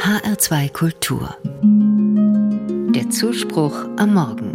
HR2 Kultur. Der Zuspruch am Morgen.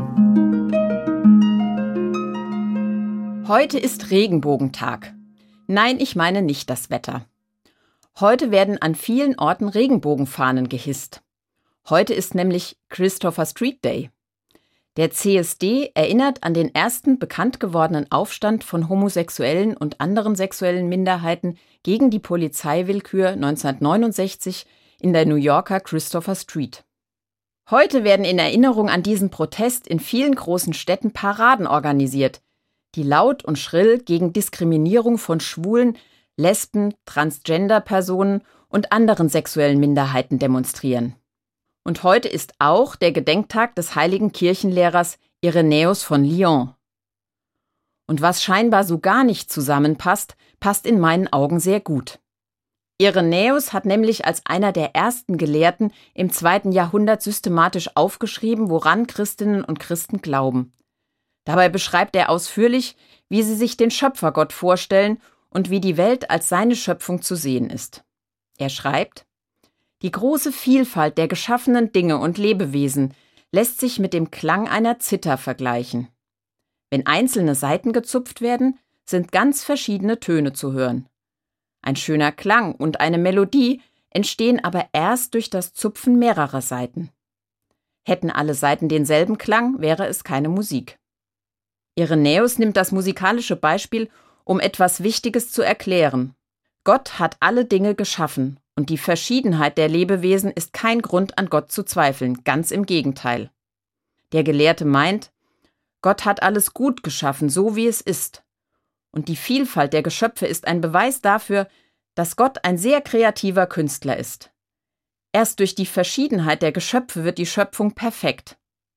Heute ist Regenbogentag. Nein, ich meine nicht das Wetter. Heute werden an vielen Orten Regenbogenfahnen gehisst. Heute ist nämlich Christopher Street Day. Der CSD erinnert an den ersten bekannt gewordenen Aufstand von homosexuellen und anderen sexuellen Minderheiten gegen die Polizeiwillkür 1969 in der New Yorker Christopher Street. Heute werden in Erinnerung an diesen Protest in vielen großen Städten Paraden organisiert, die laut und schrill gegen Diskriminierung von Schwulen, Lesben, Transgender-Personen und anderen sexuellen Minderheiten demonstrieren. Und heute ist auch der Gedenktag des heiligen Kirchenlehrers Irenäus von Lyon. Und was scheinbar so gar nicht zusammenpasst, passt in meinen Augen sehr gut. Irenäus hat nämlich als einer der ersten Gelehrten im 2. Jahrhundert systematisch aufgeschrieben, woran Christinnen und Christen glauben. Dabei beschreibt er ausführlich, wie sie sich den Schöpfergott vorstellen und wie die Welt als seine Schöpfung zu sehen ist. Er schreibt: Die große Vielfalt der geschaffenen Dinge und Lebewesen lässt sich mit dem Klang einer Zither vergleichen. Wenn einzelne Saiten gezupft werden, sind ganz verschiedene Töne zu hören. Ein schöner Klang und eine Melodie entstehen aber erst durch das Zupfen mehrerer Saiten. Hätten alle Saiten denselben Klang, wäre es keine Musik. Irenäus nimmt das musikalische Beispiel, um etwas Wichtiges zu erklären. Gott hat alle Dinge geschaffen und die Verschiedenheit der Lebewesen ist kein Grund, an Gott zu zweifeln, ganz im Gegenteil. Der Gelehrte meint, Gott hat alles gut geschaffen, so wie es ist. Und die Vielfalt der Geschöpfe ist ein Beweis dafür, dass Gott ein sehr kreativer Künstler ist. Erst durch die Verschiedenheit der Geschöpfe wird die Schöpfung perfekt.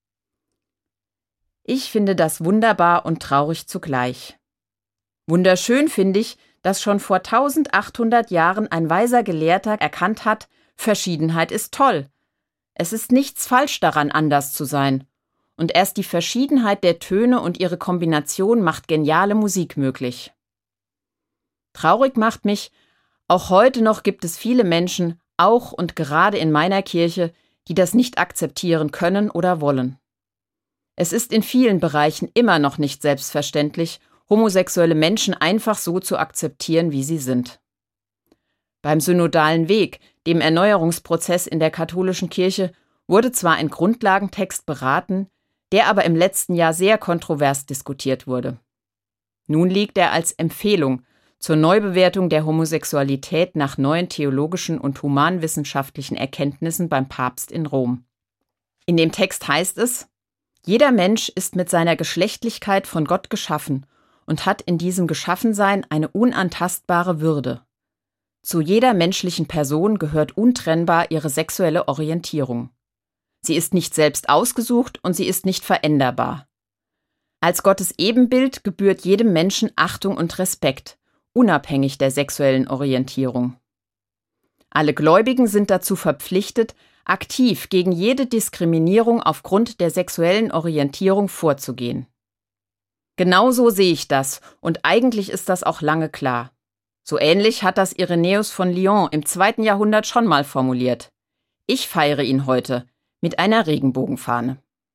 Ich finde das wunderbar und traurig zugleich. Wunderschön finde ich, dass schon vor 1800 Jahren ein weiser Gelehrter erkannt hat, Verschiedenheit ist toll. Es ist nichts falsch daran, anders zu sein. Und erst die Verschiedenheit der Töne und ihre Kombination macht geniale Musik möglich. Traurig macht mich, auch heute noch gibt es viele Menschen, auch und gerade in meiner Kirche, die das nicht akzeptieren können oder wollen. Es ist in vielen Bereichen immer noch nicht selbstverständlich, homosexuelle Menschen einfach so zu akzeptieren, wie sie sind. Beim synodalen Weg, dem Erneuerungsprozess in der katholischen Kirche, wurde zwar ein Grundlagentext beraten, der aber im letzten Jahr sehr kontrovers diskutiert wurde. Nun liegt er als Empfehlung zur Neubewertung der Homosexualität nach neuen theologischen und humanwissenschaftlichen Erkenntnissen beim Papst in Rom. In dem Text heißt es: Jeder Mensch ist mit seiner Geschlechtlichkeit von Gott geschaffen und hat in diesem Geschaffensein eine unantastbare Würde. Zu jeder menschlichen Person gehört untrennbar ihre sexuelle Orientierung. Sie ist nicht selbst ausgesucht und sie ist nicht veränderbar. Als Gottes Ebenbild gebührt jedem Menschen Achtung und Respekt, unabhängig der sexuellen Orientierung. Alle Gläubigen sind dazu verpflichtet, aktiv gegen jede Diskriminierung aufgrund der sexuellen Orientierung vorzugehen. Genauso sehe ich das und eigentlich ist das auch lange klar. So ähnlich hat das Irenäus von Lyon im 2. Jahrhundert schon mal formuliert. Ich feiere ihn heute mit einer Regenbogenfahne.